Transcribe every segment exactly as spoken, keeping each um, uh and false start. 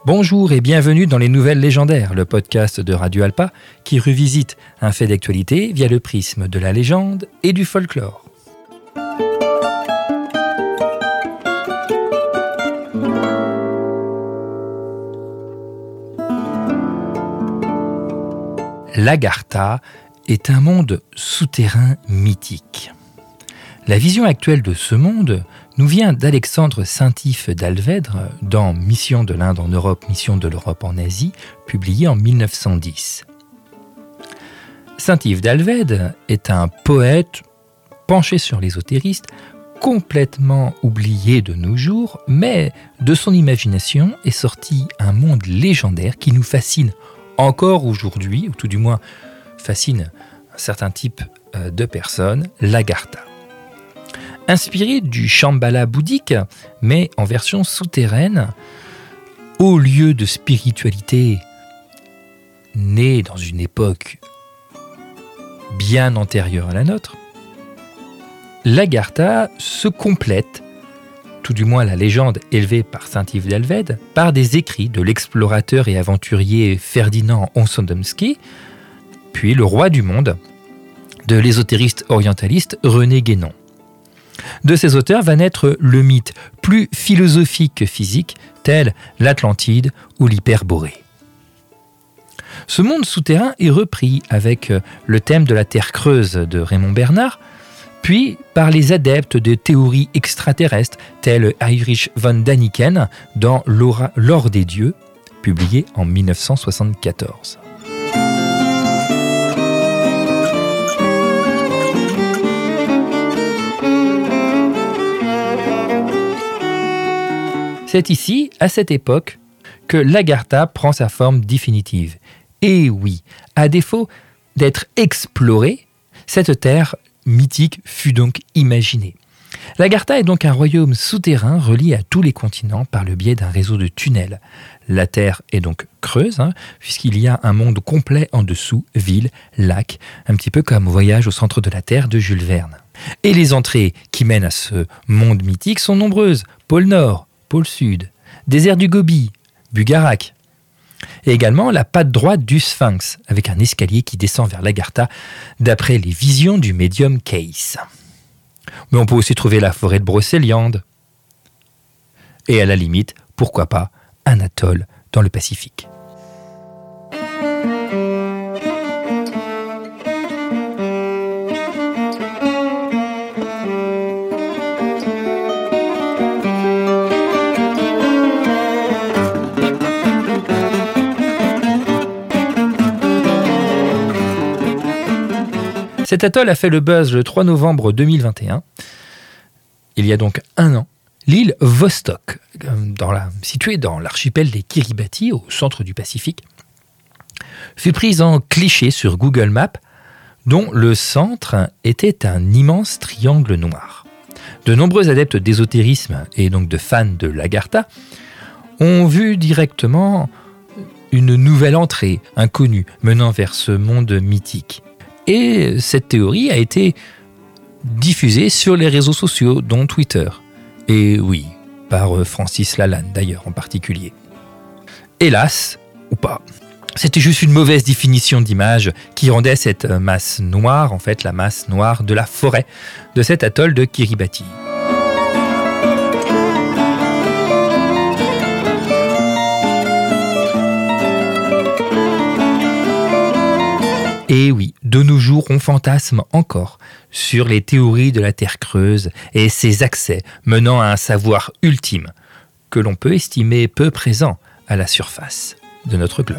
Bonjour et bienvenue dans les Nouvelles Légendaires, le podcast de Radio Alpa qui revisite un fait d'actualité via le prisme de la légende et du folklore. L'Agartha est un monde souterrain mythique. La vision actuelle de ce monde nous vient d'Alexandre Saintif d'Alvèdre dans Mission de l'Inde en Europe, Mission de l'Europe en Asie, publié en mille neuf cent dix. Saintif d'Alvèdre est un poète penché sur l'ésotérisme, complètement oublié de nos jours, mais de son imagination est sorti un monde légendaire qui nous fascine encore aujourd'hui, ou tout du moins fascine un certain type de personnes, l'Agartha. Inspiré du Shambhala bouddhique, mais en version souterraine, haut lieu de spiritualité né dans une époque bien antérieure à la nôtre, l'Agartha se complète, tout du moins la légende élevée par Saintif d'Alvèdre, par des écrits de l'explorateur et aventurier Ferdinand Onsodumski, puis le roi du monde, de l'ésotériste orientaliste René Guénon. De ces auteurs va naître le mythe plus philosophique que physique, tel l'Atlantide ou l'Hyperborée. Ce monde souterrain est repris avec le thème de la Terre creuse de Raymond Bernard, puis par les adeptes de théories extraterrestres tels Heinrich von Däniken dans L'Or des dieux, publié en mille neuf cent soixante-quatorze. C'est ici, à cette époque, que l'Agartha prend sa forme définitive. Et oui, à défaut d'être explorée, cette terre mythique fut donc imaginée. L'Agartha est donc un royaume souterrain relié à tous les continents par le biais d'un réseau de tunnels. La terre est donc creuse, hein, puisqu'il y a un monde complet en dessous, villes, lacs, un petit peu comme Voyage au centre de la Terre de Jules Verne. Et les entrées qui mènent à ce monde mythique sont nombreuses. Pôle Nord, Pôle Sud, désert du Gobi, Bugarak. Et également la patte droite du Sphinx, avec un escalier qui descend vers l'Agartha, d'après les visions du médium Case. Mais on peut aussi trouver la forêt de Brocéliande. Et à la limite, pourquoi pas, un atoll dans le Pacifique. Cet atoll a fait le buzz le trois novembre deux mille vingt et un. Il y a donc un an, l'île Vostok, dans la, située dans l'archipel des Kiribati, au centre du Pacifique, fut prise en cliché sur Google Maps, dont le centre était un immense triangle noir. De nombreux adeptes d'ésotérisme et donc de fans de l'Agartha ont vu directement une nouvelle entrée inconnue menant vers ce monde mythique. Et cette théorie a été diffusée sur les réseaux sociaux, dont Twitter. Et oui, par Francis Lalanne d'ailleurs en particulier. Hélas, ou pas, c'était juste une mauvaise définition d'image qui rendait cette masse noire, en fait la masse noire de la forêt de cet atoll de Kiribati. Et oui, de nos jours, on fantasme encore sur les théories de la Terre creuse et ses accès menant à un savoir ultime que l'on peut estimer peu présent à la surface de notre globe.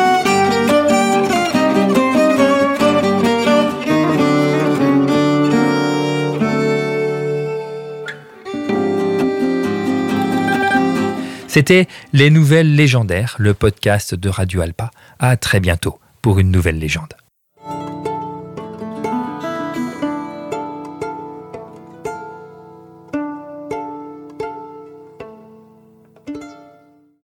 C'était Les Nouvelles Légendaires, le podcast de Radio Alpa. À très bientôt pour une nouvelle légende.